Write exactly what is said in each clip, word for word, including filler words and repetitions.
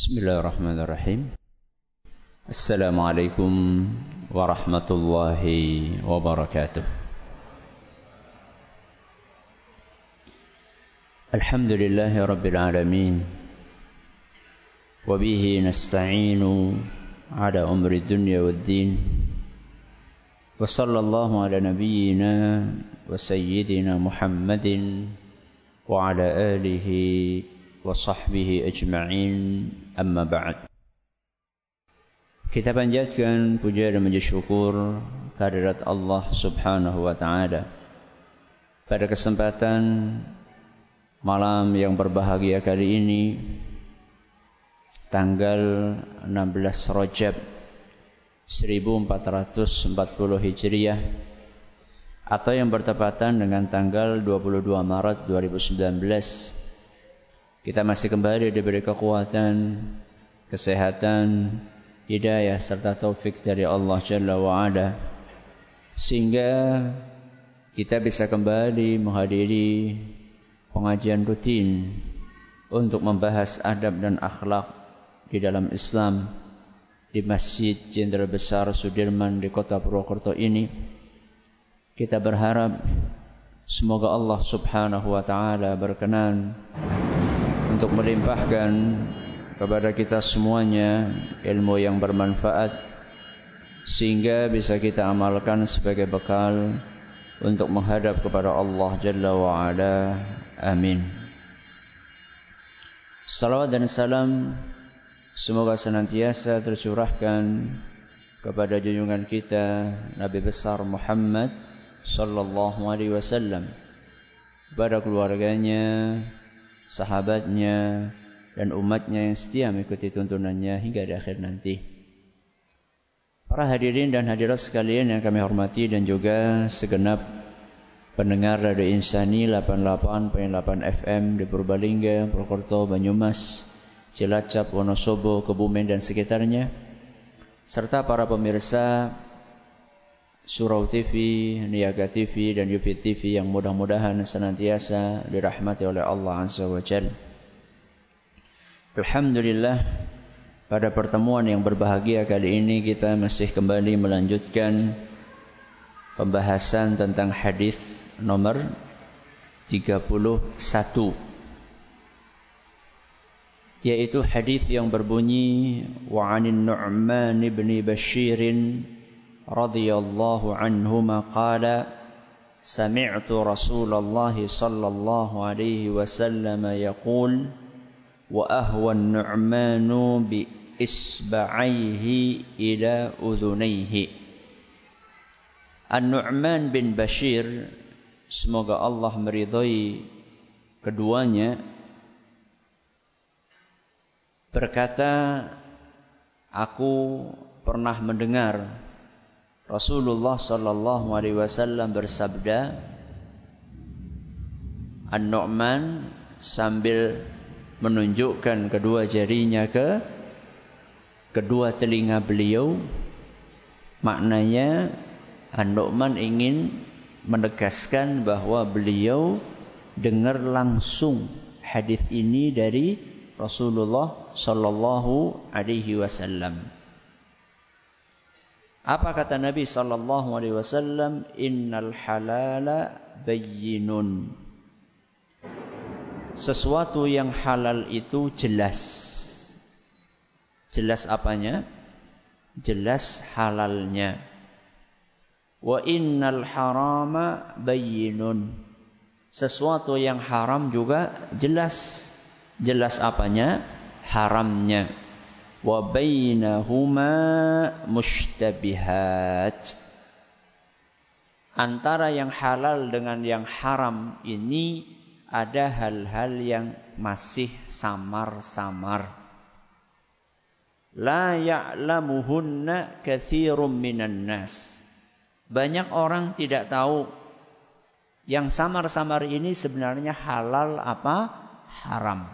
Bismillahirrahmanirrahim. Assalamualaikum warahmatullahi wabarakatuh. Alhamdulillahi rabbil alamin. Wa bihi nasta'inu ala umri dunya waddin. Wa sallallahu ala nabiyyina wa sayyidina Muhammadin wa ala alihi wa sahbihi ajma'in, amma ba'd. Kita panjatkan puja dan puji syukur kehadirat Allah Subhanahu wa taala pada kesempatan malam yang berbahagia kali ini, tanggal enam belas Rajab seribu empat ratus empat puluh Hijriah, atau yang bertepatan dengan tanggal dua puluh dua Maret dua ribu sembilan belas. Kita masih kembali diberi kekuatan, kesehatan, hidayah serta taufik dari Allah Jalla wa'ala, sehingga kita bisa kembali menghadiri pengajian rutin untuk membahas adab dan akhlak di dalam Islam di Masjid Jenderal Besar Sudirman di Kota Purwokerto ini. Kita berharap semoga Allah Subhanahu wa taala berkenan untuk melimpahkan kepada kita semuanya ilmu yang bermanfaat, sehingga bisa kita amalkan sebagai bekal untuk menghadap kepada Allah Jalla wa'ala. Amin. Salawat dan salam semoga senantiasa tercurahkan kepada junjungan kita Nabi besar Muhammad sallallahu alaihi wasallam, kepada keluarganya, sahabatnya, dan umatnya yang setia mengikuti tuntunannya hingga di akhir nanti. Para hadirin dan hadirat sekalian yang kami hormati, dan juga segenap pendengar Radio Insani delapan puluh delapan koma delapan F M di Purbalingga, Purwokerto, Banyumas, Cilacap, Wonosobo, Kebumen dan sekitarnya, serta para pemirsa Surau T V, Niaga T V, dan Yufid T V yang mudah-mudahan senantiasa dirahmati oleh Allah Azza wa Jalla. Alhamdulillah, pada pertemuan yang berbahagia kali ini kita masih kembali melanjutkan pembahasan tentang hadis nomor tiga puluh satu, yaitu hadis yang berbunyi wa 'anin Nu'man bin Bashir radhiyallahu anhuma qala sami'tu Rasulullah sallallahu alaihi wasallam yaqul wa ahwa an-nu'manu bi isba'aihi ila udhunayhi. An-Nu'man bin Bashir, semoga Allah meridhai keduanya, berkata, aku pernah mendengar Rasulullah sallallahu alaihi wasallam bersabda. An-Nu'man sambil menunjukkan kedua jarinya ke kedua telinga beliau, maknanya An-Nu'man ingin menegaskan bahwa beliau dengar langsung hadis ini dari Rasulullah sallallahu alaihi wasallam. Apa kata Nabi sallallahu alaihi wasallam? Innal halala bayyinun. Sesuatu yang halal itu jelas. Jelas apanya? Jelas halalnya. Wa innal harama bayyinun. Sesuatu yang haram juga jelas. Jelas apanya? Haramnya. Wa bainahuma mushtabihat. Antara yang halal dengan yang haram ini ada hal-hal yang masih samar-samar. La ya'lamuhunna katsirum minan nas. Banyak orang tidak tahu yang samar-samar ini sebenarnya halal apa haram.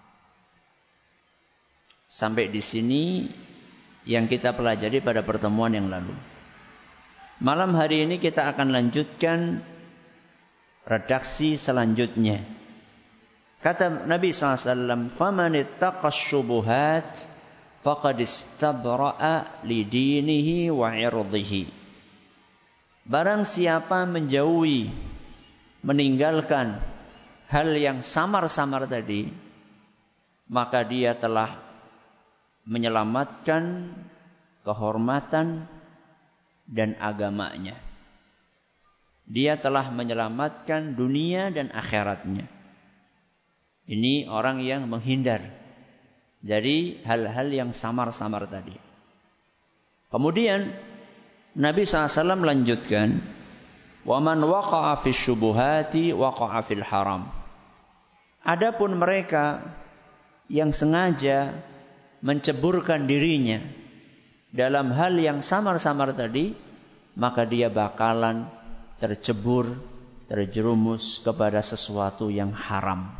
Sampai di sini yang kita pelajari pada pertemuan yang lalu. Malam hari ini kita akan lanjutkan redaksi selanjutnya Kata Nabi sallallahu alaihi wasallam, "Faman ittaqash syubuhat faqad istabra'a li dinihi wa 'irdhihi." Barang siapa menjauhi, meninggalkan hal yang samar-samar tadi, maka dia telah menyelamatkan kehormatan dan agamanya. Dia telah menyelamatkan dunia dan akhiratnya. Ini orang yang menghindar dari hal-hal yang samar-samar tadi. Kemudian Nabi sallallahu alaihi wasallam melanjutkan, "Wa man waqa'a fi syubuhati waqa'a fil haram." Adapun mereka yang sengaja menceburkan dirinya dalam hal yang samar-samar tadi, maka dia bakalan tercebur, terjerumus kepada sesuatu yang haram.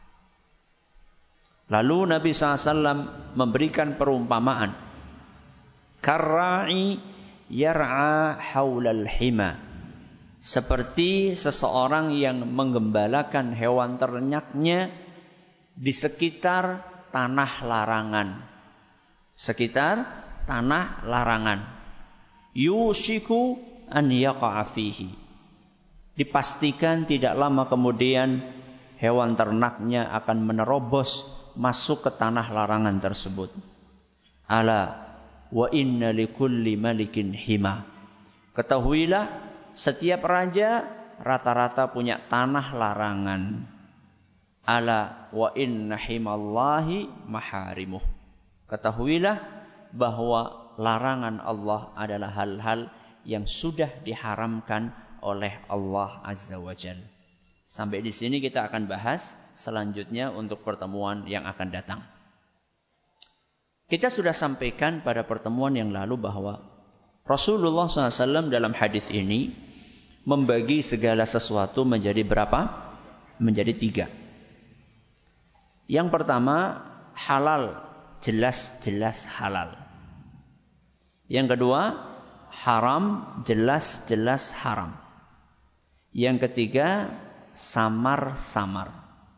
Lalu Nabi sallallahu alaihi wasallam memberikan perumpamaan. Karra'i yar'a haulal hima. Seperti seseorang yang menggembalakan hewan ternaknya di sekitar tanah larangan. Sekitar tanah larangan. Yushiku an yaqa'a fihi. Dipastikan tidak lama kemudian hewan ternaknya akan menerobos masuk ke tanah larangan tersebut. Ala wa inna likulli malikin hima. Ketahuilah, setiap raja rata-rata punya tanah larangan. Ala wa inna himallahi maharimuh. Ketahuilah bahwa larangan Allah adalah hal-hal yang sudah diharamkan oleh Allah Azza wa Jalla. Sampai di sini kita akan bahas selanjutnya untuk pertemuan yang akan datang. Kita sudah sampaikan pada pertemuan yang lalu bahwa Rasulullah shallallahu alaihi wasallam dalam hadis ini membagi segala sesuatu menjadi berapa? Menjadi tiga. Yang pertama, halal, jelas-jelas halal. Yang kedua, haram, jelas-jelas haram. Yang ketiga, samar-samar.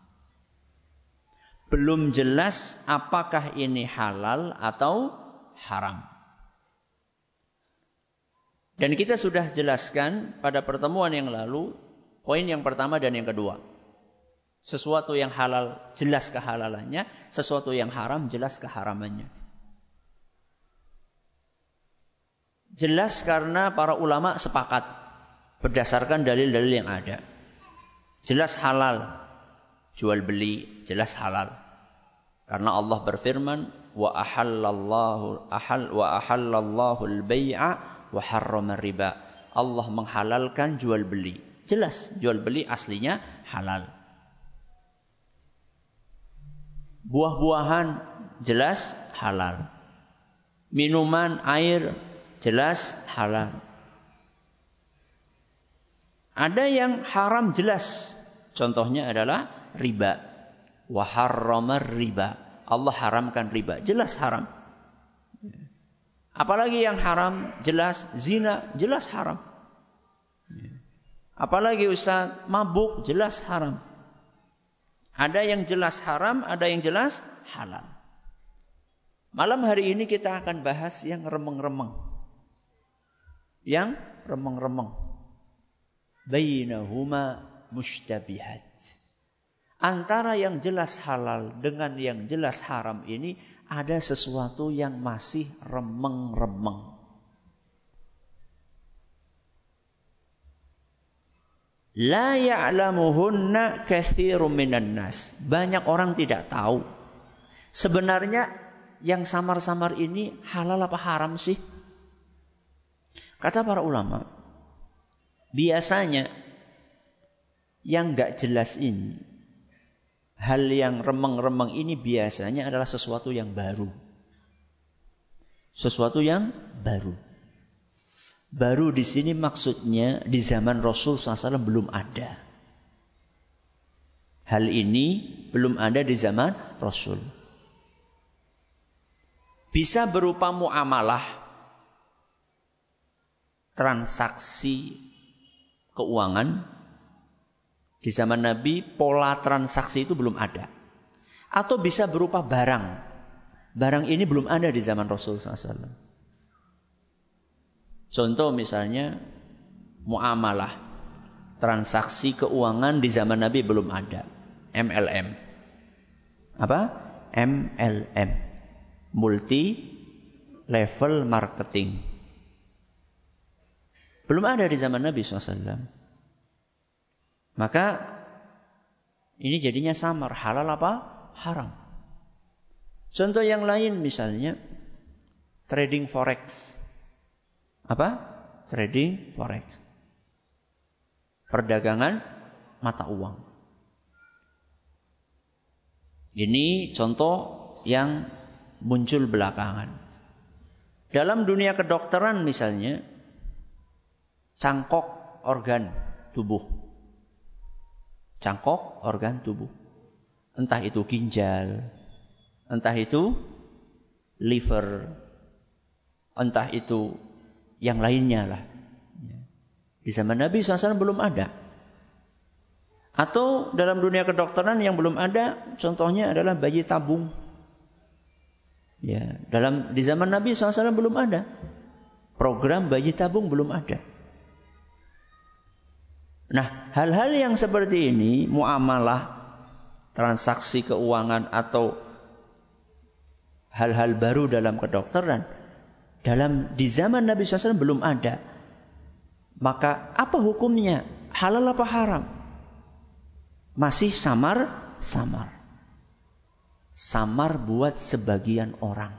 Belum jelas apakah ini halal atau haram. Dan kita sudah jelaskan pada pertemuan yang lalu, poin yang pertama dan yang kedua. Sesuatu yang halal jelas kehalalannya, sesuatu yang haram jelas keharamannya. Jelas karena para ulama sepakat berdasarkan dalil-dalil yang ada. Jelas halal, jual beli jelas halal. Karena Allah berfirman, wa ahallallahu ahal wa ahallallahu al-bai'a wa harrama riba. Allah menghalalkan jual beli. Jelas jual beli aslinya halal. Buah-buahan jelas halal. Minuman, air jelas halal. Ada yang haram jelas. Contohnya adalah riba. Wa harrama riba. Allah haramkan riba. Jelas haram. Apalagi yang haram jelas zina, jelas haram. Apalagi Ustaz mabuk jelas haram. Ada yang jelas haram, ada yang jelas halal. Malam hari ini kita akan bahas yang remeng-remeng. Yang remeng-remeng. Bainahuma mushtabihat. Antara yang jelas halal dengan yang jelas haram ini ada sesuatu yang masih remeng-remeng. La ya'lamuhunna katsirun minan nas. Banyak orang tidak tahu. Sebenarnya yang samar-samar ini halal apa haram sih? Kata para ulama, biasanya yang enggak jelas ini, hal yang remeng-remeng ini biasanya adalah sesuatu yang baru. Sesuatu yang baru. Baru di sini maksudnya di zaman Rasul shallallahu alaihi wasallam belum ada. Hal ini belum ada di zaman Rasul. Bisa berupa muamalah, transaksi keuangan, Di zaman Nabi pola transaksi itu belum ada. Atau bisa berupa barang. Barang ini belum ada di zaman Rasulullah shallallahu alaihi wasallam. Contoh misalnya muamalah. Transaksi keuangan di zaman Nabi belum ada. M L M. Apa? M L M. Multi level marketing. Belum ada di zaman Nabi shallallahu alaihi wasallam. Maka ini jadinya samar. Halal apa? Haram. Contoh yang lain misalnya trading forex. Apa? Trading forex. Perdagangan mata uang. Ini contoh yang muncul belakangan. Dalam dunia kedokteran misalnya, cangkok organ tubuh. Cangkok organ tubuh. Entah itu ginjal, entah itu liver, entah itu yang lainnya lah. Di zaman Nabi shallallahu alaihi wasallam belum ada. Atau dalam dunia kedokteran yang belum ada, contohnya adalah bayi tabung. Ya, dalam di zaman Nabi shallallahu alaihi wasallam belum ada. Program bayi tabung belum ada. Nah, hal-hal yang seperti ini, muamalah, transaksi keuangan atau hal-hal baru dalam kedokteran, dalam di zaman Nabi shallallahu alaihi wasallam belum ada. Maka apa hukumnya? Halal apa haram? Masih samar-samar. Samar buat sebagian orang.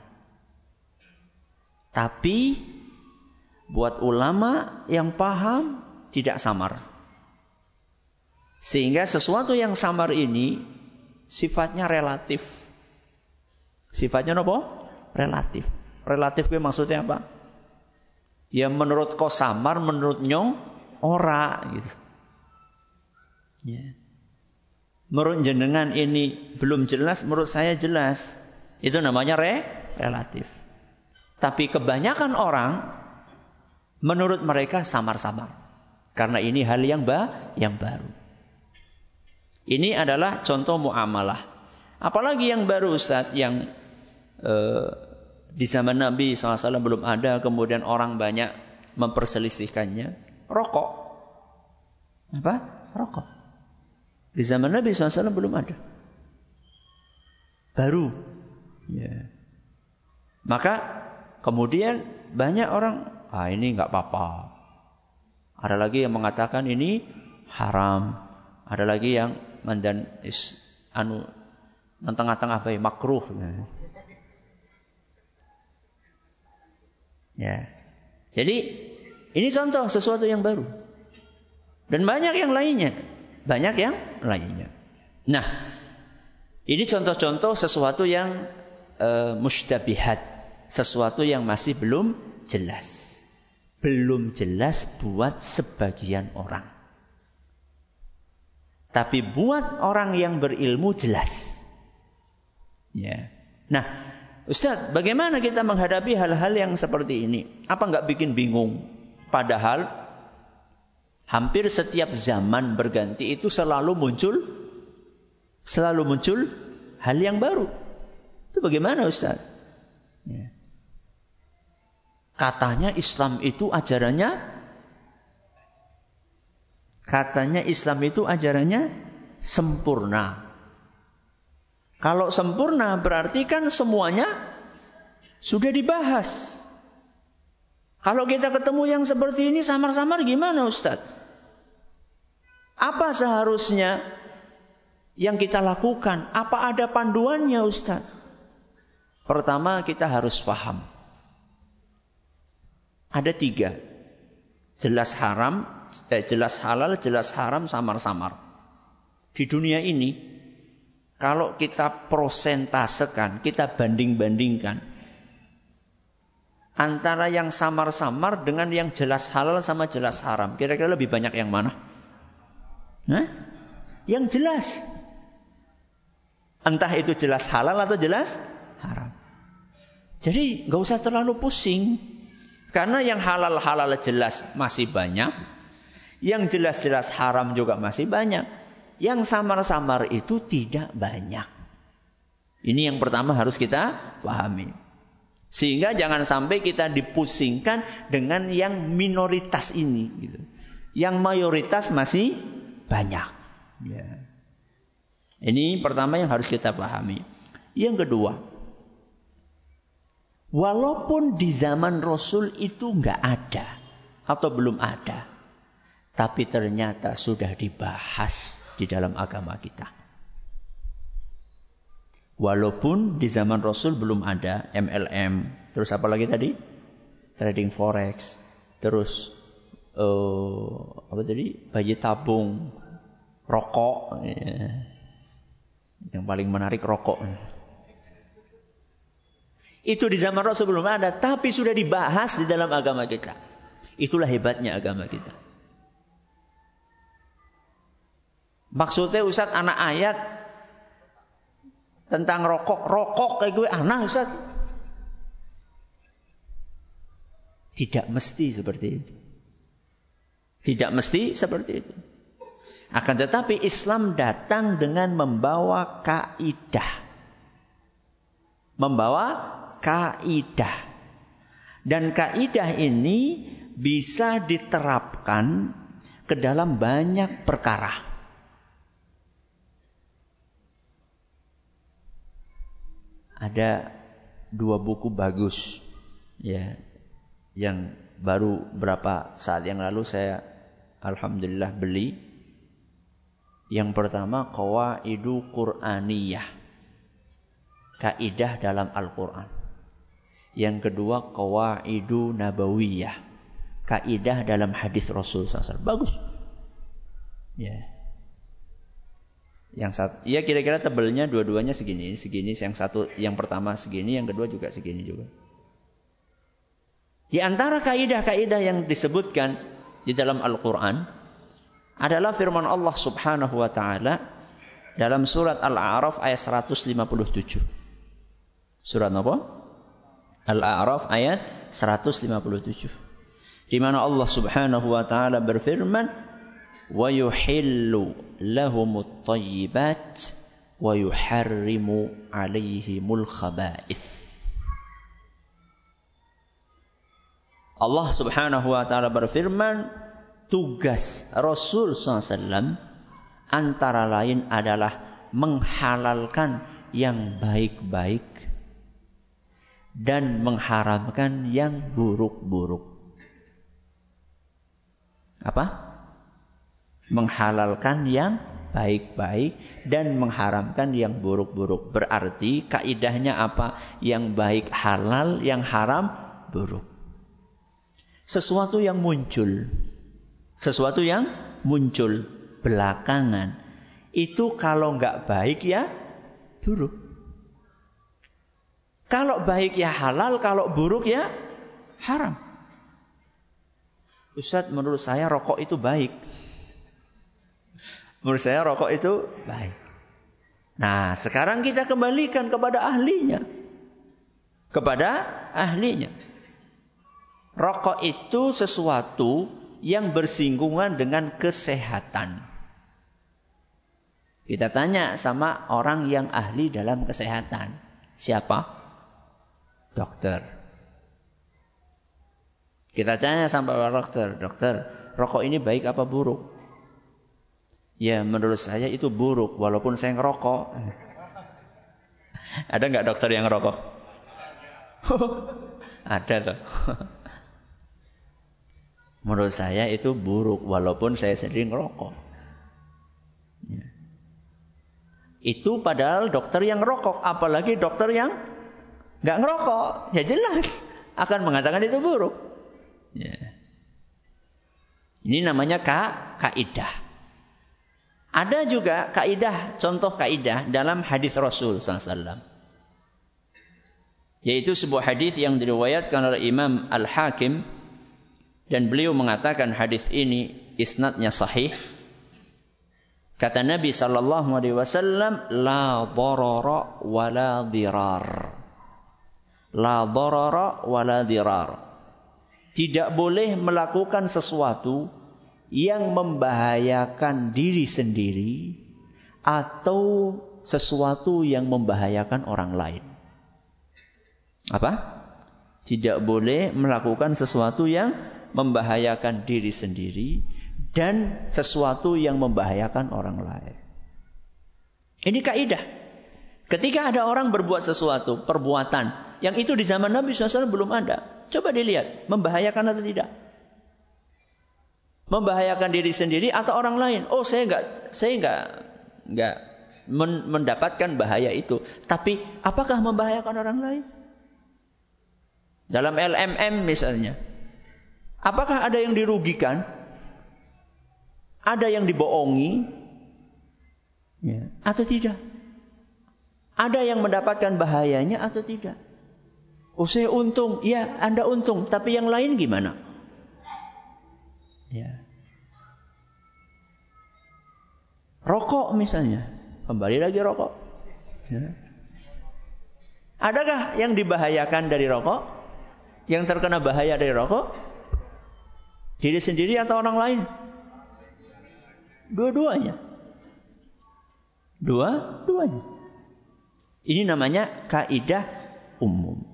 Tapi buat ulama yang paham tidak samar. Sehingga sesuatu yang samar ini sifatnya relatif. Sifatnya apa? Relatif. Relatif itu maksudnya apa? Ya menurut kau samar, menurut nyong ora gitu. Ya. Menurut jenengan ini belum jelas, menurut saya jelas. Itu namanya re, relatif. Tapi kebanyakan orang menurut mereka samar-samar. Karena ini hal yang ba, yang baru. Ini adalah contoh muamalah. Apalagi yang baru Ustaz, yang eh, di zaman Nabi shallallahu alaihi wasallam belum ada, kemudian orang banyak memperselisihkannya. Rokok. Apa? Rokok. Di zaman Nabi shallallahu alaihi wasallam belum ada. Baru. Ya. Maka kemudian banyak orang, ah ini nggak apa-apa. Ada lagi yang mengatakan ini haram. Ada lagi yang mandan is, anu tengah-tengah baik makruh. Ya. Jadi ini contoh sesuatu yang baru. Dan banyak yang lainnya. Banyak yang lainnya. Nah, ini contoh-contoh sesuatu yang uh, mustabihat. Sesuatu yang masih belum jelas. Belum jelas buat sebagian orang. Tapi buat orang yang berilmu jelas. Ya. Nah, Ustaz, bagaimana kita menghadapi hal-hal yang seperti ini? Apa enggak bikin bingung? Padahal hampir setiap zaman berganti itu selalu muncul selalu muncul hal yang baru. Itu bagaimana Ustaz? Ya. Katanya Islam itu ajarannya katanya Islam itu ajarannya sempurna. Kalau sempurna berarti kan semuanya sudah dibahas. Kalau kita ketemu yang seperti ini samar-samar gimana Ustaz? Apa seharusnya yang kita lakukan? Apa ada panduannya Ustaz? Pertama kita harus paham. Ada tiga. Jelas haram, eh, jelas halal, jelas haram, samar-samar. Di dunia ini kalau kita prosentasekan, kita banding-bandingkan antara yang samar-samar dengan yang jelas halal sama jelas haram, kira-kira lebih banyak yang mana? Nah, yang jelas. Entah itu jelas halal atau jelas haram. Jadi gak usah terlalu pusing. Karena yang halal-halal jelas masih banyak. Yang jelas-jelas haram juga masih banyak. yang samar-samar itu tidak banyak. Ini yang pertama harus kita pahami. Sehingga jangan sampai kita dipusingkan dengan yang minoritas ini. Gitu. Yang mayoritas masih banyak. Ya. Ini pertama yang harus kita pahami. Yang kedua, walaupun di zaman Rasul itu nggak ada atau belum ada, tapi ternyata sudah dibahas di dalam agama kita. Walaupun di zaman Rasul belum ada M L M, terus apa lagi tadi? Trading forex, terus uh, apa tadi? Bayi tabung, rokok. Ya. Yang paling menarik rokok. Itu di zaman Rasul belum ada, tapi sudah dibahas di dalam agama kita. Itulah hebatnya agama kita. Maksudnya Ustaz anak ayat tentang rokok, rokok kayak gue anak Ustaz. Tidak mesti seperti itu. Tidak mesti seperti itu. Akan tetapi Islam datang dengan membawa kaidah. Membawa kaidah. Dan kaidah ini bisa diterapkan ke dalam banyak perkara. Ada dua buku bagus ya, yang baru berapa saat yang lalu saya alhamdulillah beli. Yang pertama Qawaidu Qur'aniyah, kaidah dalam Al-Quran. Yang kedua Qawaidu Nabawiyah, kaidah dalam hadis Rasul sallallahu alaihi wasallam. Bagus ya. Yang satu, ya kira-kira tebelnya dua-duanya segini, segini. Yang satu, yang pertama segini, yang kedua juga segini juga. Di antara kaidah-kaidah yang disebutkan di dalam Al-Quran adalah firman Allah Subhanahu Wa Taala dalam surat Al-A'raf ayat seratus lima puluh tujuh. Surat apa? Al-A'raf ayat seratus lima puluh tujuh. Di mana Allah Subhanahu Wa Taala berfirman, wa yuhillu lahumut thayyibat wa yuharrimu alaihimul khaba'ith. Allah Subhanahu wa taala berfirman, tugas Rasul sallallahu alaihi wasallam antara lain adalah menghalalkan yang baik-baik dan mengharamkan yang buruk-buruk. Apa? Menghalalkan yang baik-baik dan mengharamkan yang buruk-buruk. Berarti kaidahnya apa? Yang baik halal, yang haram buruk. Sesuatu yang muncul, sesuatu yang muncul belakangan, itu kalau nggak baik ya buruk. Kalau baik ya halal, kalau buruk ya haram. Ustaz, menurut saya rokok itu baik. Menurut saya rokok itu baik. Nah, sekarang kita kembalikan kepada ahlinya. Kepada ahlinya. Rokok itu sesuatu yang bersinggungan dengan kesehatan. Kita tanya sama orang yang ahli dalam kesehatan. Siapa? Dokter. Kita tanya sama dokter. Dokter, rokok ini baik apa buruk? Ya, menurut saya itu buruk walaupun saya ngerokok. Ada nggak dokter yang ngerokok? Ada loh. Menurut saya itu buruk walaupun saya sendiri ngerokok. Ya. Itu padahal dokter yang ngerokok, apalagi dokter yang nggak ngerokok, ya jelas akan mengatakan itu buruk. Ya. Ini namanya ka kaidah. Ada juga kaidah, contoh kaidah dalam hadis Rasul sallallahu alaihi wasallam. Yaitu sebuah hadis yang diriwayatkan oleh Imam Al-Hakim dan beliau mengatakan hadis ini isnadnya sahih. Kata Nabi sallallahu alaihi wasallam, la darara wa la dirar. La darara wa la dirar. Tidak boleh melakukan sesuatu yang membahayakan diri sendiri atau sesuatu yang membahayakan orang lain. Apa? Tidak boleh melakukan sesuatu yang membahayakan diri sendiri dan sesuatu yang membahayakan orang lain. Ini kaidah. Ketika ada orang berbuat sesuatu, perbuatan yang itu di zaman Nabi shallallahu alaihi wasallam belum ada. Coba dilihat, membahayakan atau tidak? Membahayakan diri sendiri atau orang lain? Oh, saya enggak, saya enggak, enggak mendapatkan bahaya itu. Tapi apakah membahayakan orang lain? Dalam L M M misalnya, apakah ada yang dirugikan? Ada yang dibohongi? Ya. Atau tidak? Ada yang mendapatkan bahayanya atau tidak? Oh, saya untung. Ya, Anda untung. Tapi yang lain gimana? Ya. Rokok misalnya. Kembali lagi rokok. Ya. Adakah yang dibahayakan dari rokok? Yang terkena bahaya dari rokok? Diri sendiri atau orang lain? Dua-duanya. Dua-duanya. Ini namanya kaidah umum.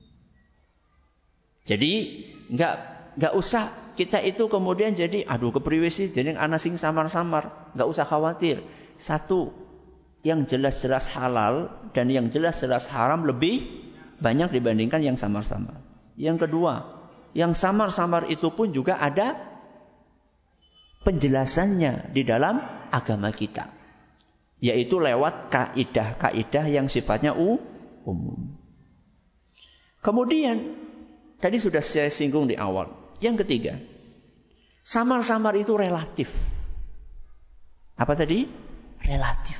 Jadi enggak enggak usah kita itu kemudian jadi aduh kepriwe sih jadi ana sing samar-samar, enggak usah khawatir. Satu, yang jelas-jelas halal dan yang jelas-jelas haram lebih banyak dibandingkan yang samar-samar. Yang kedua, yang samar-samar itu pun juga ada penjelasannya di dalam agama kita. Yaitu lewat kaidah-kaidah yang sifatnya umum. Kemudian, tadi sudah saya singgung di awal. Yang ketiga, samar-samar itu relatif. Apa tadi? Relatif.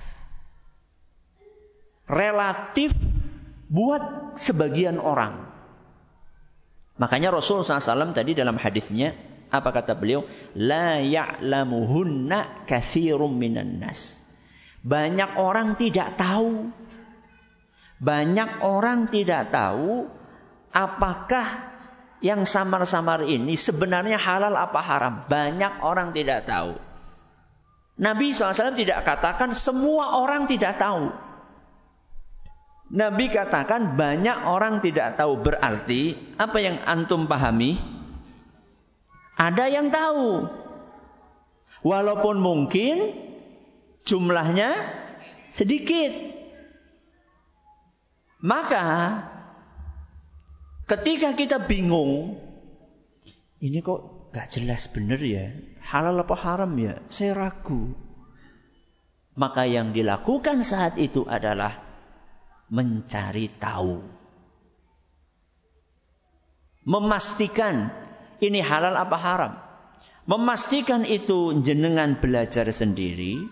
Relatif buat sebagian orang. Makanya Rasul shallallahu alaihi wasallam tadi dalam hadisnya, apa kata beliau? La ya'lamuhunna katsirum minan nas. Banyak orang tidak tahu. Banyak orang tidak tahu apakah yang samar-samar ini sebenarnya halal apa haram. Banyak orang tidak tahu. Nabi shallallahu alaihi wasallam tidak katakan semua orang tidak tahu. Nabi katakan banyak orang tidak tahu. Berarti apa yang antum pahami? Ada yang tahu. Walaupun mungkin jumlahnya sedikit. Maka ketika kita bingung, ini kok gak jelas benar ya, halal apa haram ya, saya ragu. Maka yang dilakukan saat itu adalah mencari tahu. Memastikan ini halal apa haram. Memastikan itu jenengan belajar sendiri.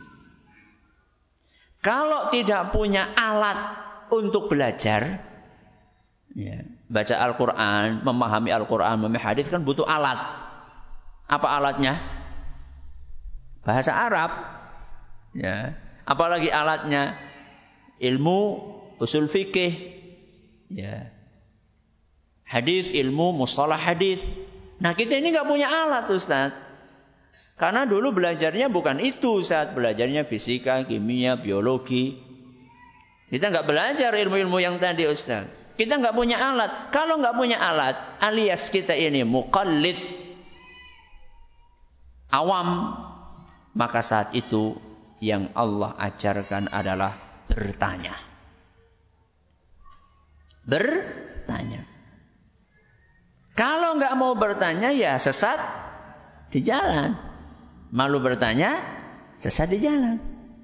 Kalau tidak punya alat untuk belajar, ya, baca Al-Quran, memahami Al-Quran, memahami hadis kan butuh alat. Apa alatnya? Bahasa Arab. Ya. Apalagi alatnya? Ilmu usul fikih, ya, hadis, ilmu mustalah hadis. Nah kita ini nggak punya alat, Ustaz. Karena dulu belajarnya bukan itu, saat belajarnya fisika, kimia, biologi. Kita nggak belajar ilmu-ilmu yang tadi, Ustaz. Kita nggak punya alat. Kalau nggak punya alat, alias kita ini muqallid, awam, maka saat itu yang Allah ajarkan adalah bertanya. Bertanya. Kalau nggak mau bertanya ya sesat di jalan. Malu bertanya, sesat di jalan.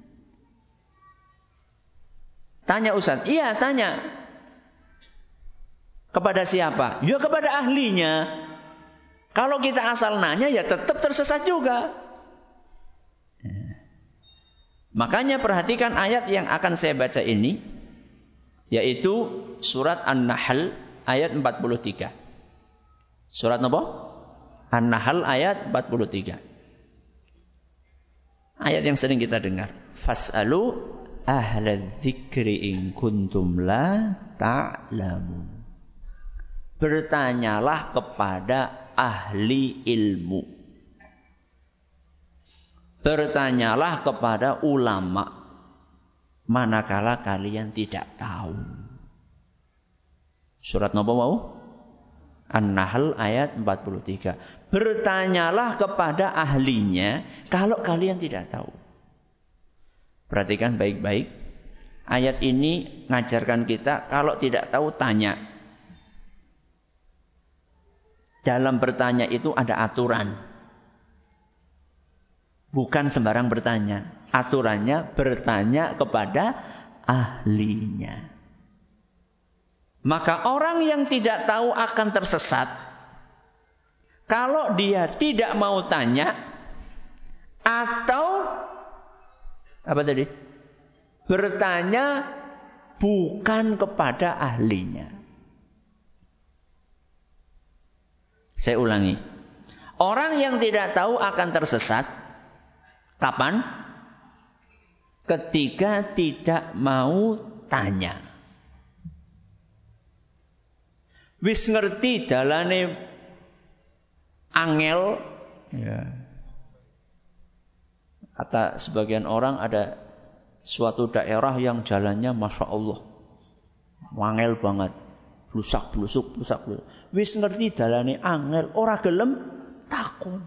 Tanya Ustaz, iya tanya. Kepada siapa? Ya kepada ahlinya. Kalau kita asal nanya ya tetap tersesat juga. Makanya perhatikan ayat yang akan saya baca ini, yaitu surat An-Nahl ayat empat puluh tiga. Surat apa? An-Nahl ayat empat puluh tiga. Ayat yang sering kita dengar. Fas'alu ahla dzikri in kuntum la ta'lamun. Bertanyalah kepada ahli ilmu. bertanyalah kepada ulama manakala kalian tidak tahu. Surat napa mau? An-Nahl ayat empat puluh tiga. Bertanyalah kepada ahlinya kalau kalian tidak tahu. Perhatikan baik-baik. Ayat ini ngajarkan kita kalau tidak tahu tanya. Dalam bertanya itu ada aturan. Bukan sembarang bertanya. Aturannya bertanya kepada ahlinya. Maka orang yang tidak tahu akan tersesat kalau dia tidak mau tanya atau apa tadi? Bertanya bukan kepada ahlinya. Saya ulangi. Orang yang tidak tahu akan tersesat kapan? Ketika tidak mau tanya. Wis ngerti dalane angel, ya. Kata sebagian orang ada suatu daerah yang jalannya Masya Allah angel banget, blusak blusuk blusak blusuk. Wis ngerti dalane angel, ora gelem takon.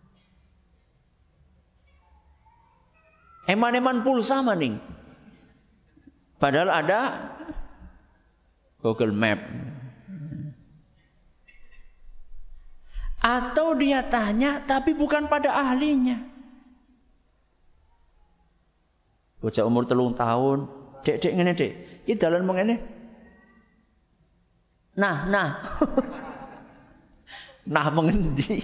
Eman-eman pulsa maning. Padahal ada Google Map. Atau dia tanya tapi bukan pada ahlinya. Bocah umur telung tahun, dek dek ngene dek, iki dalan mengene. Nah, nah. Nah mengendi?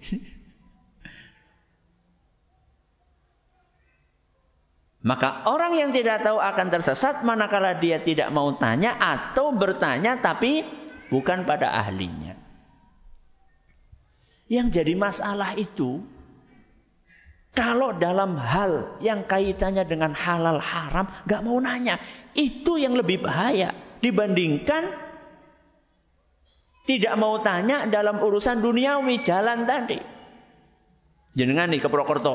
Maka orang yang tidak tahu akan tersesat manakala dia tidak mau tanya atau bertanya tapi bukan pada ahlinya. Yang jadi masalah itu, kalau dalam hal yang kaitannya dengan halal haram, gak mau nanya. Itu yang lebih bahaya dibandingkan tidak mau tanya dalam urusan duniawi jalan tadi. Jenengan nih ke Purwokerto,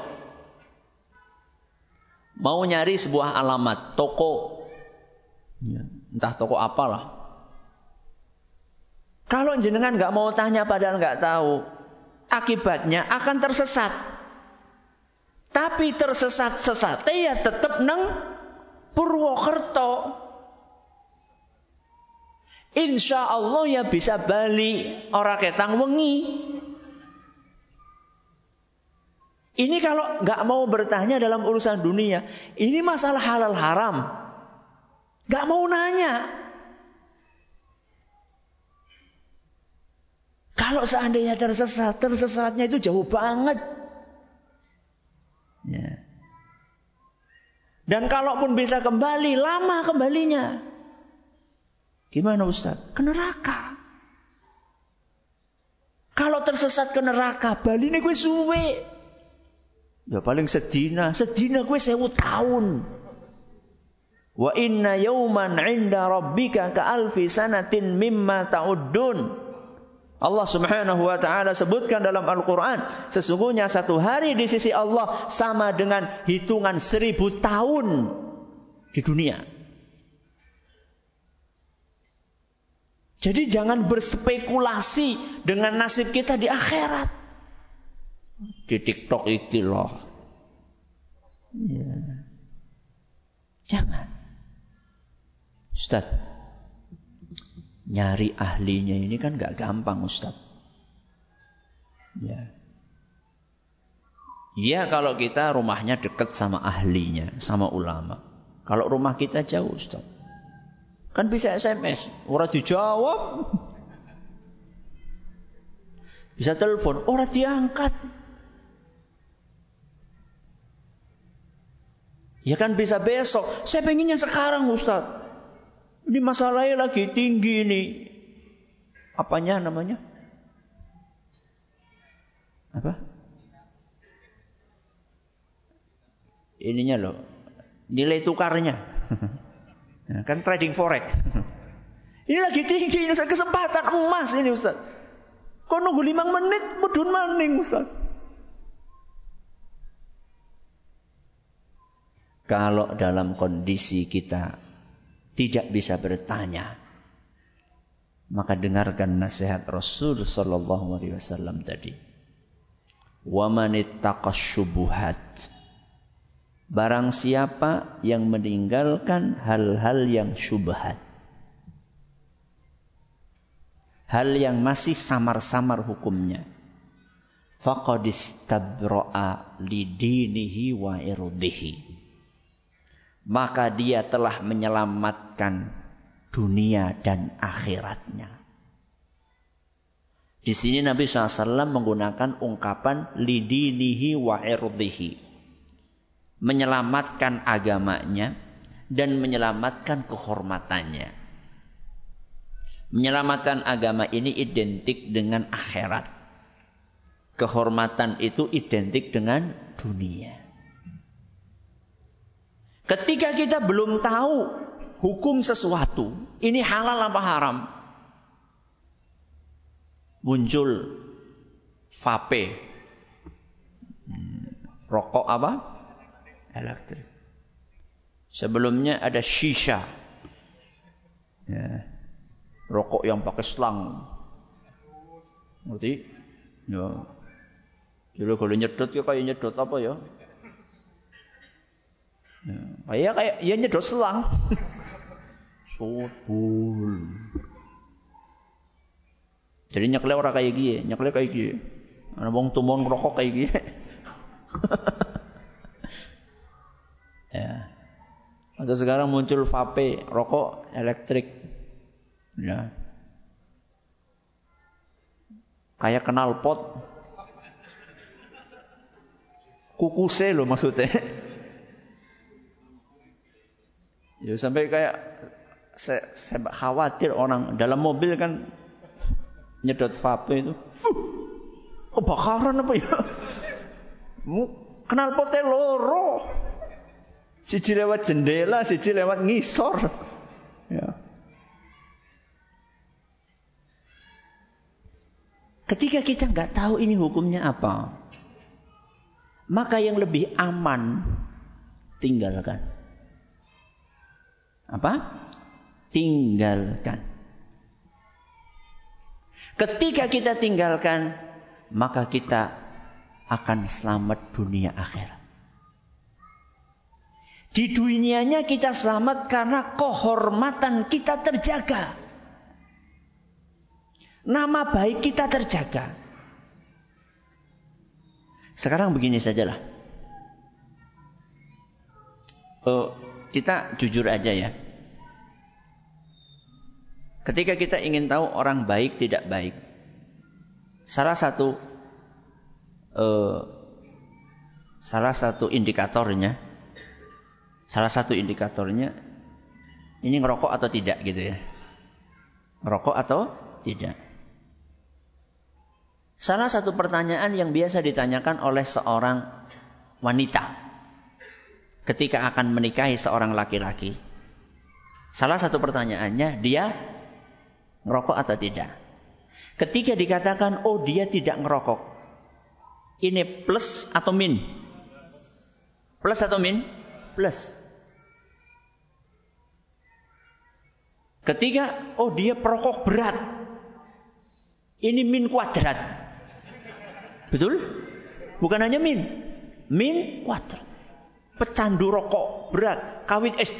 mau nyari sebuah alamat toko, entah toko apalah. Kalau jenengan gak mau tanya padahal gak tahu, akibatnya akan tersesat. Tapi tersesat-sesatnya ya tetap neng Purwokerto. Insya Allah ya bisa bali ora ketang wengi. Ini kalau nggak mau bertanya dalam urusan dunia, ini masalah halal haram, nggak mau nanya. Kalau seandainya tersesat, tersesatnya itu jauh banget. Ya. Dan kalaupun bisa kembali, lama kembalinya. Gimana Ustaz? Ke neraka. Kalau tersesat ke neraka, bali ini gue suwe. Ya paling sedina, sedina gue sewu tahun. Wa inna yawman 'inda rabbika ka alfi sanatin mimma ta'uddun. Allah Subhanahu wa taala sebutkan dalam Al-Qur'an, sesungguhnya satu hari di sisi Allah sama dengan hitungan seribu tahun di dunia. Jadi jangan berspekulasi dengan nasib kita di akhirat. Di TikTok iki loh. Ya. Jangan. Ustaz, nyari ahlinya ini kan gak gampang Ustaz. Ya. Ya kalau kita rumahnya dekat sama ahlinya, sama ulama. Kalau rumah kita jauh Ustaz, kan bisa S M S, ora dijawab. Bisa telepon, ora diangkat. Ya kan bisa besok. Saya pengennya sekarang Ustaz. Ini masalahnya lagi tinggi ini. Apanya namanya? Apa? Ininya loh. Nilai tukarnya. Nah, kan trading forex. Ini lagi tinggi, ini Ustaz, kesempatan emas ini Ustaz. Kok nunggu lima menit mudun maning Ustaz. Kalau dalam kondisi kita tidak bisa bertanya, maka dengarkan nasihat Rasul sallallahu alaihi wasallam tadi. Wa man ittaqash syubuhat. Barang siapa yang meninggalkan hal-hal yang syubhat, hal yang masih samar-samar hukumnya, faqad istabra'a lidinihi wa irdihi. Maka dia telah menyelamatkan dunia dan akhiratnya. Di sini Nabi shallallahu alaihi wasallam menggunakan ungkapan lidinihi wa irdihi. Menyelamatkan agamanya dan menyelamatkan kehormatannya. Menyelamatkan agama ini identik dengan akhirat. Kehormatan itu identik dengan dunia. Ketika kita belum tahu hukum sesuatu, ini halal apa haram, muncul vape, rokok apa? Elektrik. Sebelumnya ada shisha, ya, rokok yang pakai selang, ngerti? Ya. Jadi kalau nyedot ya kayak nyedot apa ya? Ya, kayak kayak ya nyedot selang. Sodul. Jadi nyekle ora kayak gini, nyekle kayak gini. Ana wong tumon rokok kayak gini. Ya. Atau sekarang muncul vape, rokok elektrik. Ya. Kayak knalpot. Kukuse loh maksudnya. Ya sampai kayak saya, saya khawatir orang dalam mobil kan nyedot vape itu. Huh, kebakaran apa ya? Knalpotnya loro. Siji lewat jendela, siji lewat ngisor. Ya. Ketika kita nggak tahu ini hukumnya apa, maka yang lebih aman tinggalkan. Apa? Tinggalkan. Ketika kita tinggalkan, maka kita akan selamat dunia akhirat. Di dunianya kita selamat karena kehormatan kita terjaga. Nama baik kita terjaga. Sekarang begini sajalah. Uh, kita jujur aja ya. Ketika kita ingin tahu orang baik tidak baik, salah satu uh, salah satu indikatornya, salah satu indikatornya ini ngerokok atau tidak gitu ya. Ngerokok atau tidak. Salah satu pertanyaan yang biasa ditanyakan oleh seorang wanita ketika akan menikahi seorang laki-laki. Salah satu pertanyaannya, dia ngerokok atau tidak. Ketika dikatakan, oh dia tidak ngerokok, ini plus atau min? Plus atau min? Plus. Ketika, oh dia perokok berat, ini min kuadrat. Betul? Bukan hanya min, min kuadrat. Pecandu rokok berat, kawit S D.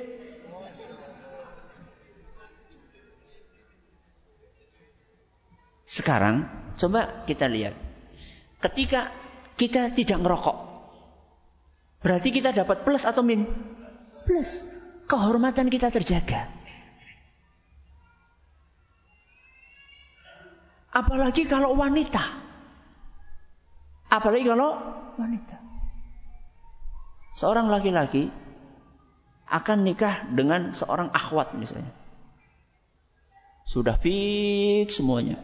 Sekarang coba kita lihat. Ketika kita tidak ngerokok, berarti kita dapat plus atau min? Plus. Kehormatan kita terjaga. Apalagi kalau wanita. Apalagi kalau wanita. Seorang laki-laki akan nikah dengan seorang akhwat misalnya. Sudah fix semuanya.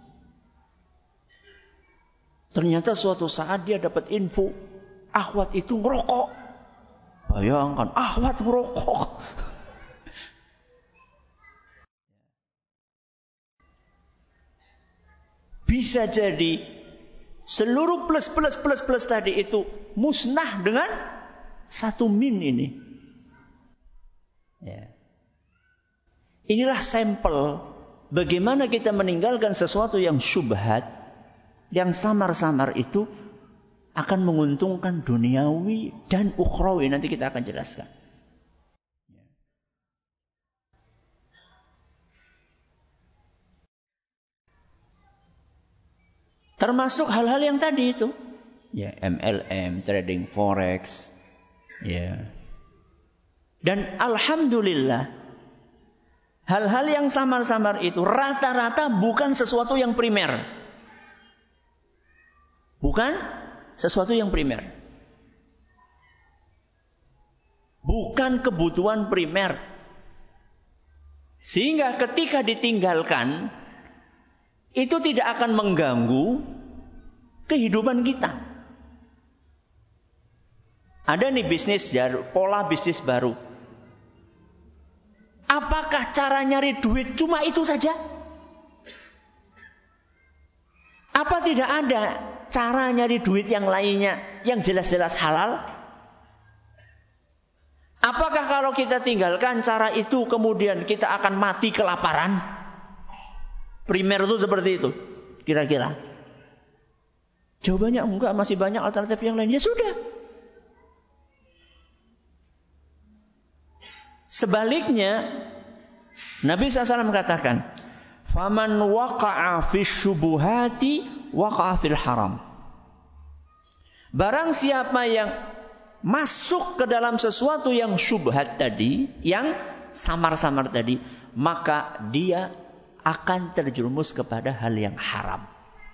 Ternyata suatu saat dia dapat info akhwat itu ngerokok. Bayangkan, akhwat ngerokok. Bisa jadi seluruh plus plus plus plus tadi itu musnah dengan Satu min ini. Ya. Inilah sampel bagaimana kita meninggalkan sesuatu yang syubhat, yang samar-samar itu akan menguntungkan duniawi dan ukhrawi. Nanti kita akan jelaskan. Termasuk hal-hal yang tadi itu. Ya, M L M, trading forex. Ya. Dan alhamdulillah, hal-hal yang samar-samar itu rata-rata bukan sesuatu yang primer. Bukan sesuatu yang primer. Bukan kebutuhan primer. Sehingga ketika ditinggalkan, itu tidak akan mengganggu kehidupan kita. Ada nih bisnis baru, pola bisnis baru. Apakah cara nyari duit cuma itu saja? Apa tidak ada cara nyari duit yang lainnya yang jelas-jelas halal? Apakah kalau kita tinggalkan cara itu kemudian kita akan mati kelaparan? Primer itu seperti itu, kira-kira. Jawabannya enggak, masih banyak alternatif yang lain. Ya sudah. Sebaliknya, Nabi shallallahu alaihi wasallam katakan, "Faman waqa'a fi syubuhati waqa'a fil haram." Barang siapa yang masuk ke dalam sesuatu yang syubhat tadi, yang samar-samar tadi, maka dia akan terjerumus kepada hal yang haram.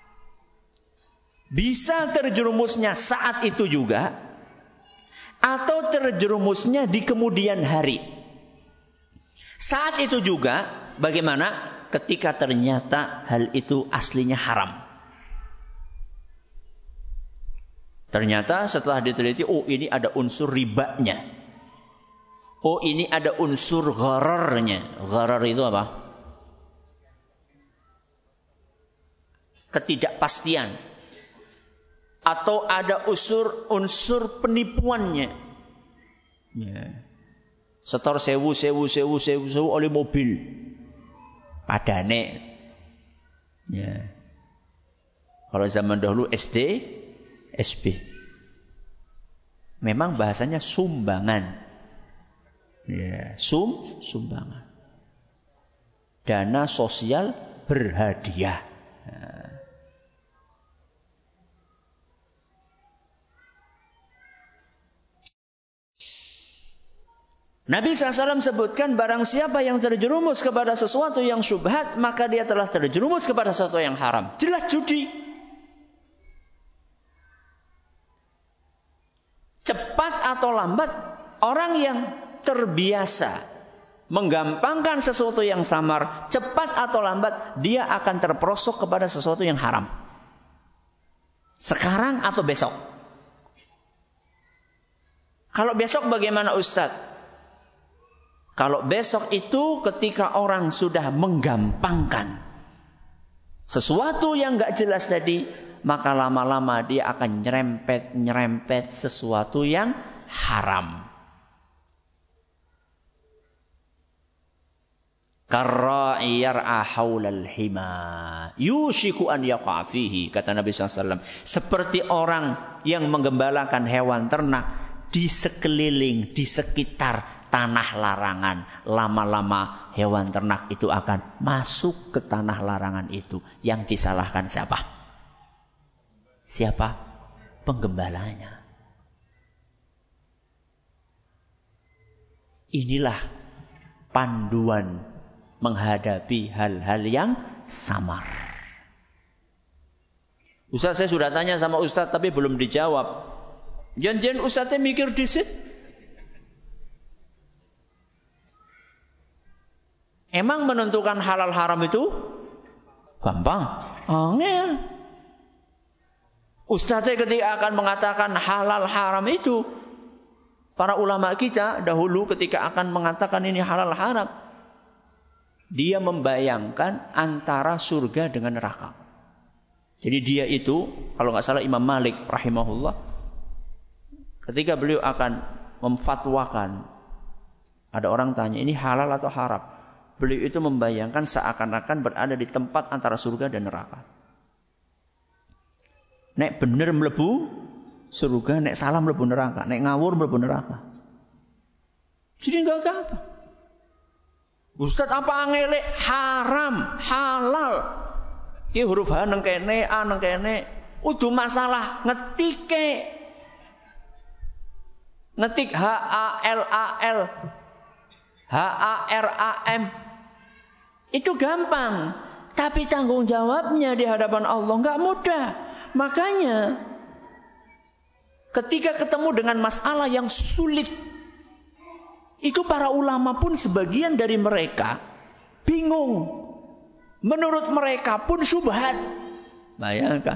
Bisa terjerumusnya saat itu juga, atau terjerumusnya di kemudian hari. Saat itu juga, bagaimana ketika ternyata hal itu aslinya haram. Ternyata setelah diteliti, oh ini ada unsur ribanya. Oh ini ada unsur ghararnya. Gharar itu apa? Ketidakpastian. Atau ada unsur unsur penipuannya. Ya. Setor sewu, sewu, sewu, sewu, sewu oleh mobil. Padane. Ya. Kalau zaman dahulu S D, S B. Memang bahasanya sumbangan. Ya. Sum, sumbangan. Dana sosial berhadiah. Ya. Nabi shallallahu alaihi wasallam sebutkan, barang siapa yang terjerumus kepada sesuatu yang syubhat, maka dia telah terjerumus kepada sesuatu yang haram. Jelas judi. Cepat atau lambat, orang yang terbiasa menggampangkan sesuatu yang samar, cepat atau lambat, dia akan terperosok kepada sesuatu yang haram. Sekarang atau besok. Kalau besok bagaimana Ustadz? Kalau besok itu ketika orang sudah menggampangkan sesuatu yang gak jelas tadi, maka lama-lama dia akan nyerempet-nyerempet sesuatu yang haram. Karra'i yar'a haulal hima yushiku an yaqa fihi, kata Nabi shallallahu alaihi wasallam, seperti orang yang menggembalakan hewan ternak di sekeliling, di sekitar tanah larangan. Lama-lama hewan ternak itu akan masuk ke tanah larangan itu. Yang disalahkan siapa? Siapa? Penggembalanya. Inilah panduan menghadapi hal-hal yang samar. Ustaz, saya sudah tanya sama Ustaz tapi belum dijawab. Jan-jan Ustaznya mikir disit. Emang menentukan halal haram itu gampang? Angel. Ustaznya ketika akan mengatakan halal haram itu, para ulama kita dahulu ketika akan mengatakan ini halal haram, dia membayangkan antara surga dengan neraka. Jadi dia itu, kalau nggak salah Imam Malik rahimahullah, ketika beliau akan memfatwakan. Ada orang tanya, ini halal atau haram? Beliau itu membayangkan seakan-akan berada di tempat antara surga dan neraka. Nek bener mlebu surga, nek salah mlebu neraka, nek ngawur mlebu neraka. Jadi enggak apa-apa. Ustaz apa angele? Haram, halal. Ki huruf H nang kene, A nang kene, udu masalah ngetike. Ngetik H A L A L, H A R A M. Itu gampang, tapi tanggung jawabnya di hadapan Allah enggak mudah. Makanya ketika ketemu dengan masalah yang sulit, itu para ulama pun sebagian dari mereka bingung. Menurut mereka pun syubhat. Bayangkan.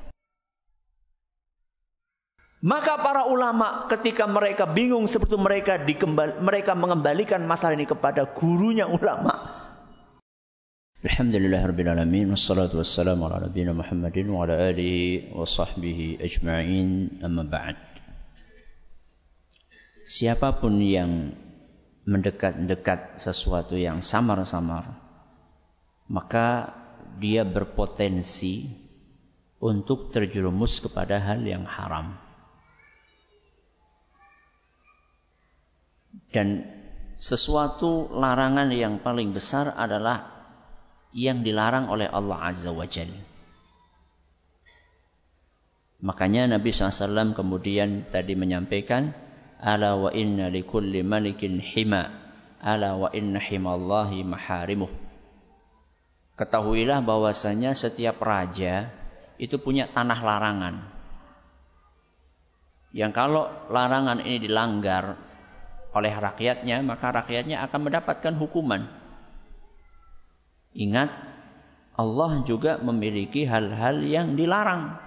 Maka para ulama ketika mereka bingung seperti mereka dikembal, mereka mengembalikan masalah ini kepada gurunya ulama. Alhamdulillahirabbil alamin wassalatu wassalamu ala nabiyina Muhammadin wa ala alihi wa sahbihi ajma'in, amma ba'd. Siapapun yang mendekat-dekat sesuatu yang samar-samar, maka dia berpotensi untuk terjerumus kepada hal yang haram. Dan sesuatu larangan yang paling besar adalah yang dilarang oleh Allah Azza wa Jalla. Makanya Nabi shallallahu alaihi wasallam kemudian tadi menyampaikan, ala wa inna likulli malikin hima, ala wa inna himallahi maharimuh. Ketahuilah bahwasanya setiap raja itu punya tanah larangan. Yang kalau larangan ini dilanggar oleh rakyatnya, maka rakyatnya akan mendapatkan hukuman. Ingat, Allah juga memiliki hal-hal yang dilarang.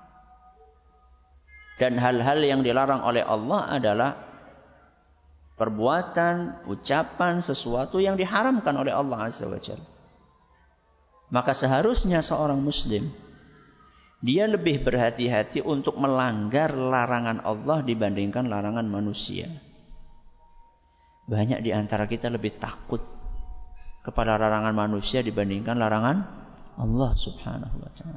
Dan hal-hal yang dilarang oleh Allah adalah perbuatan, ucapan, sesuatu yang diharamkan oleh Allah Azza wa Jalla. Maka seharusnya seorang muslim, dia lebih berhati-hati untuk melanggar larangan Allah dibandingkan larangan manusia. Banyak di antara kita lebih takut kepada larangan manusia dibandingkan larangan Allah Subhanahu wa ta'ala.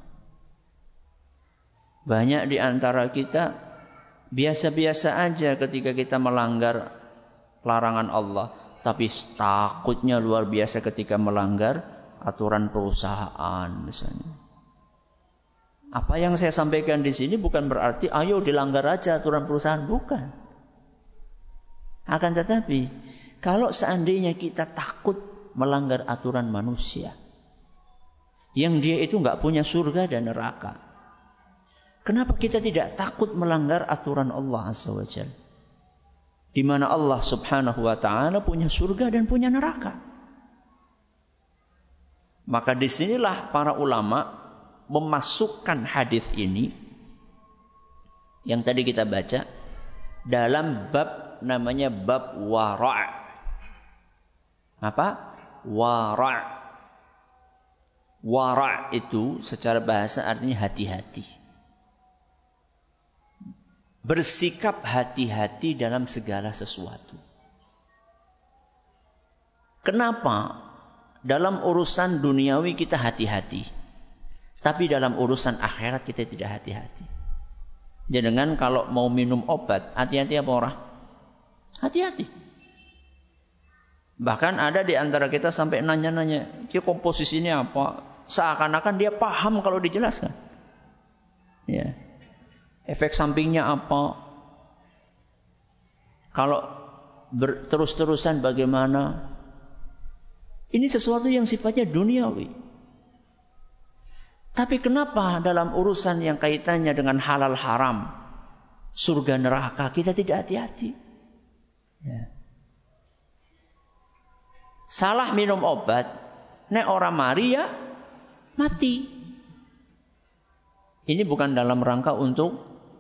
Banyak di antara kita biasa-biasa aja ketika kita melanggar larangan Allah, tapi takutnya luar biasa ketika melanggar aturan perusahaan misalnya. Apa yang saya sampaikan di sini bukan berarti ayo dilanggar aja aturan perusahaan, bukan. Akan tetapi kalau seandainya kita takut melanggar aturan manusia, yang dia itu enggak punya surga dan neraka, kenapa kita tidak takut melanggar aturan Allah Azza wa Jalla, di mana Allah Subhanahu wa ta'ala punya surga dan punya neraka? Maka disinilah para ulama memasukkan hadis ini yang tadi kita baca dalam bab namanya bab wara'. Apa? Wara'. Wara' itu secara bahasa artinya hati-hati. Bersikap hati-hati dalam segala sesuatu. Kenapa? Dalam urusan duniawi kita hati-hati, tapi dalam urusan akhirat kita tidak hati-hati. Jangan kalau mau minum obat, hati-hati apa orang? Hati-hati. Bahkan ada di antara kita sampai nanya-nanya, "Ki komposisinya apa?" Seakan-akan dia paham kalau dijelaskan. Ya. Efek sampingnya apa? Kalau terus-terusan bagaimana? Ini sesuatu yang sifatnya duniawi. Tapi kenapa dalam urusan yang kaitannya dengan halal haram, surga neraka, kita tidak hati-hati? Ya. Salah minum obat, nek orang mari ya mati. Ini bukan dalam rangka untuk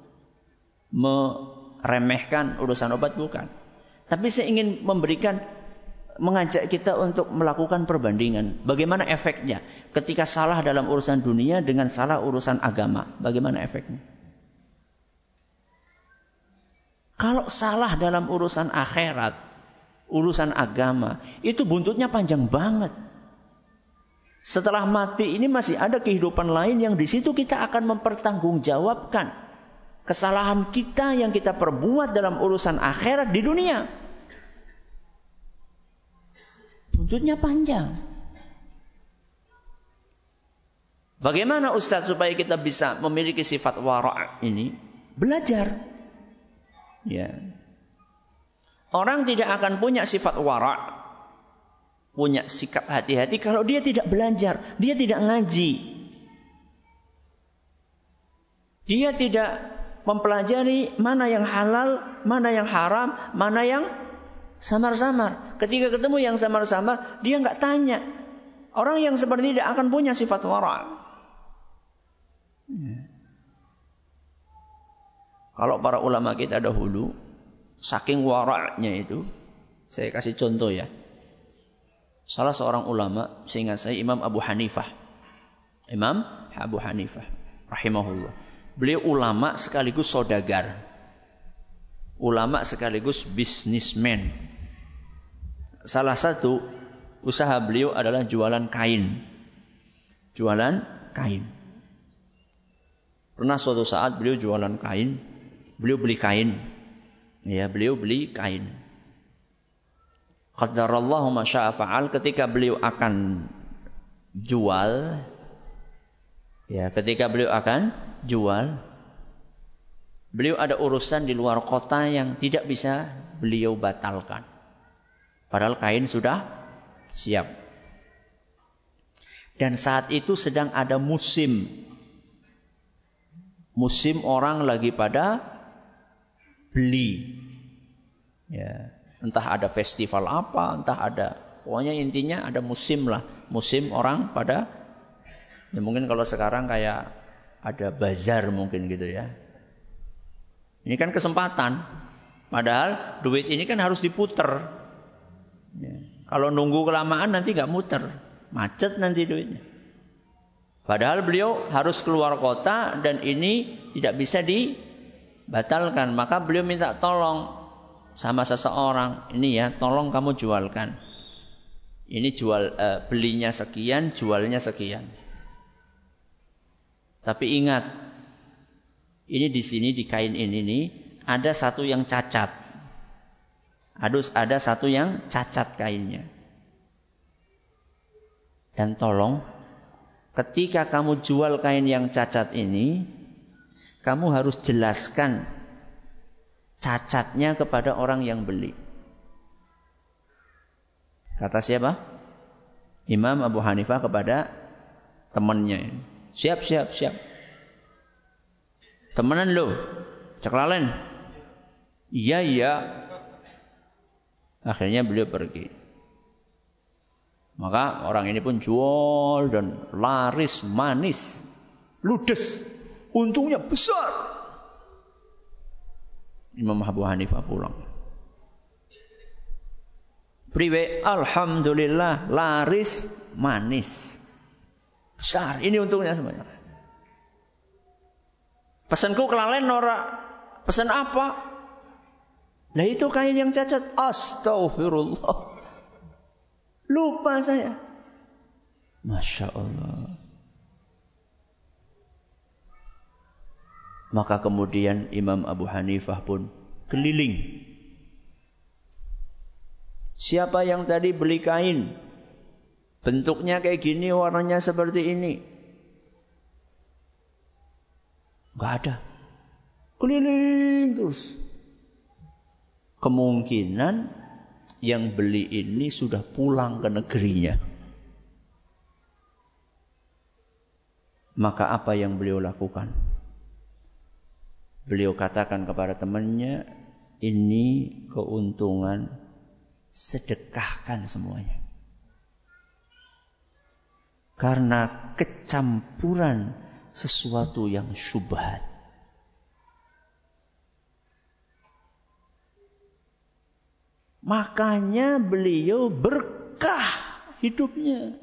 meremehkan urusan obat, bukan. Tapi saya ingin memberikan, mengajak kita untuk melakukan perbandingan. Bagaimana efeknya ketika salah dalam urusan dunia dengan salah urusan agama? Bagaimana efeknya? Kalau salah dalam urusan akhirat, urusan agama, itu buntutnya panjang banget. Setelah mati ini masih ada kehidupan lain yang di situ kita akan mempertanggungjawabkan kesalahan kita yang kita perbuat dalam urusan akhirat di dunia. Buntutnya panjang. Bagaimana Ustaz supaya kita bisa memiliki sifat wara' ini? Belajar. Ya. Orang tidak akan punya sifat wara', punya sikap hati-hati kalau dia tidak belajar, dia tidak ngaji. Dia tidak mempelajari mana yang halal, mana yang haram, mana yang samar-samar. Ketika ketemu yang samar-samar, dia nggak tanya. Orang yang seperti ini tidak akan punya sifat wara'. Ya. Kalau para ulama kita dahulu, saking wara'nya itu, saya kasih contoh ya. Salah seorang ulama, seingat saya Imam Abu Hanifah. Imam Abu Hanifah, rahimahullah. Beliau ulama sekaligus saudagar. Ulama sekaligus bisnismen. Salah satu usaha beliau adalah jualan kain. Jualan kain. Pernah suatu saat beliau jualan kain. Beliau beli kain. Ya, beliau beli kain. Qaddarallahu ma syaa fa'al, ketika beliau akan jual, ya, ketika beliau akan jual, beliau ada urusan di luar kota yang tidak bisa beliau batalkan. Padahal kain sudah siap. Dan saat itu sedang ada musim. Musim orang lagi pada beli, ya, entah ada festival apa, entah ada, pokoknya intinya ada musim lah, musim orang pada, ya mungkin kalau sekarang kayak ada bazar mungkin gitu ya. Ini kan kesempatan, padahal duit ini kan harus diputer. Ya. Kalau nunggu kelamaan nanti nggak muter, macet nanti duitnya. Padahal beliau harus keluar kota dan ini tidak bisa di batalkan, maka beliau minta tolong sama seseorang, ini ya, tolong kamu jualkan. Ini jual uh, belinya sekian, jualnya sekian. Tapi ingat, ini di sini di kain ini nih ada satu yang cacat. Adus ada satu yang cacat kainnya. Dan tolong, ketika kamu jual kain yang cacat ini, kamu harus jelaskan cacatnya kepada orang yang beli. Kata siapa? Imam Abu Hanifah kepada temannya. Siap, siap, siap. Temenan lo, ceklalen. Iya, iya. Akhirnya beliau pergi. Maka orang ini pun jual dan laris manis, ludes. Untungnya besar. Imam Abu Hanifah pulang. Priwe, alhamdulillah, laris manis. Besar, ini untungnya semuanya. Pesanku kelalen ora. Pesan apa? Nah itu kain yang cacat. Astaghfirullah. Lupa saya. Masya Allah. Maka kemudian Imam Abu Hanifah pun keliling. Siapa yang tadi beli kain? Bentuknya kayak gini, warnanya seperti ini. Gak ada. Keliling terus. Kemungkinan yang beli ini sudah pulang ke negerinya. Maka apa yang beliau lakukan? Beliau katakan kepada temannya, ini keuntungan, sedekahkan semuanya. Karena kecampuran sesuatu yang syubhat. Makanya beliau berkah hidupnya.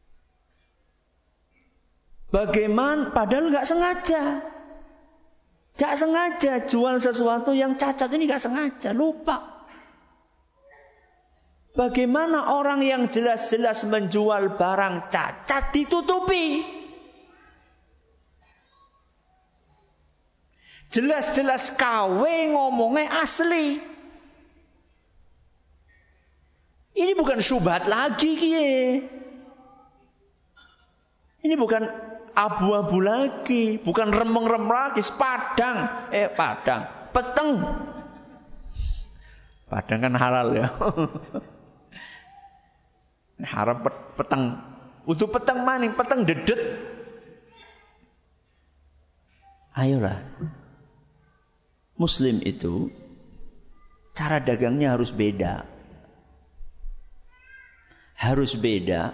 Bagaimana? Padahal nggak sengaja. Gak sengaja jual sesuatu yang cacat ini, gak sengaja, lupa. Bagaimana orang yang jelas-jelas menjual barang cacat ditutupi? Jelas-jelas K W ngomongnya asli. Ini bukan syubhat lagi, kie. Ini bukan abu-abu lagi, bukan remeng-remeng lagi, padang, eh padang, peteng. Padang kan halal ya. Haram peteng. Untuk peteng maning, peteng dedet. Ayolah. Muslim itu cara dagangnya harus beda. Harus beda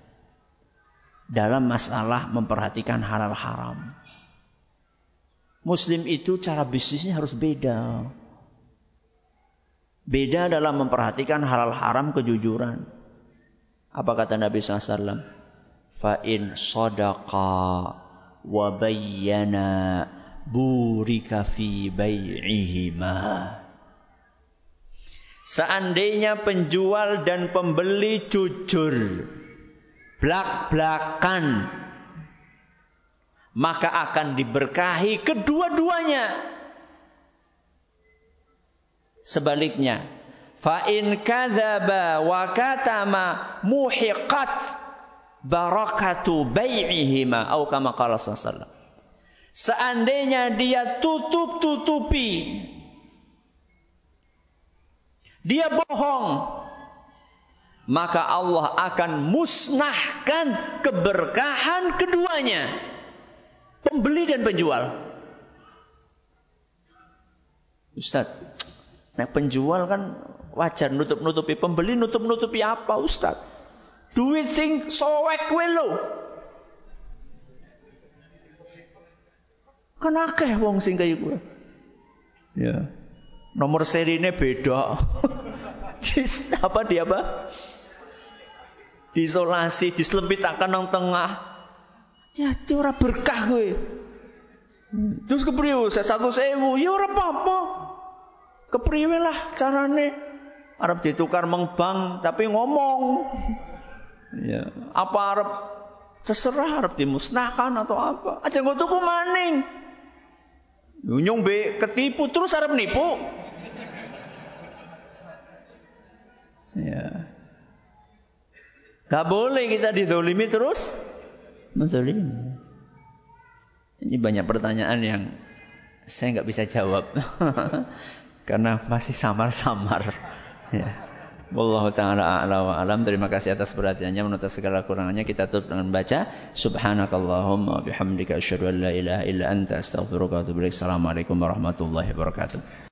dalam masalah memperhatikan halal haram. Muslim itu cara bisnisnya harus beda. Beda dalam memperhatikan halal haram, kejujuran. Apa kata Nabi shallallahu alaihi wasallam? Fa in sadaqa wa bayyana burika fi bai'ihima. Seandainya penjual dan pembeli jujur, blak-blakan, maka akan diberkahi kedua-duanya. Sebaliknya, fa in kadzaba wa katama muhiqat barakatu bai'ihima, atau kama qala sallallahu alaihi wasallam. Seandainya dia tutup-tutupi, dia bohong, maka Allah akan musnahkan keberkahan keduanya, pembeli dan penjual. Ustaz, nah penjual kan wajar nutup-nutupi, pembeli nutup-nutupi apa Ustaz? Duit sing sowek kowe lho. Kan akeh wong sing kaya kowe. Ya. Nomor serine beda. Apa dia apa? Diisolasi, diselempitakan nang tengah. Jadi ora berkah kowe. Terus kepriye satu sewu? Ya ora apa-apa. Kepriye lah carane? Arep ditukar mengbang tapi ngomong. Ya, apa arep terserah arep dimusnahkan atau apa? Aja nggo tuku maning. Nyung be ketipu terus arep nipu. Ya. Gak boleh kita dizolimi terus menzolimi. Ini banyak pertanyaan yang saya nggak bisa jawab karena masih samar-samar. Ya. Wallahu ta'ala a'la wa alam. Terima kasih atas perhatiannya. Menurut segala kurangannya kita tutup dengan baca subhanakallahumma bihamdika asyhadu an la ilaha illa anta astaghfiruka wa atubu ilaik. Assalamualaikum warahmatullahi wabarakatuh.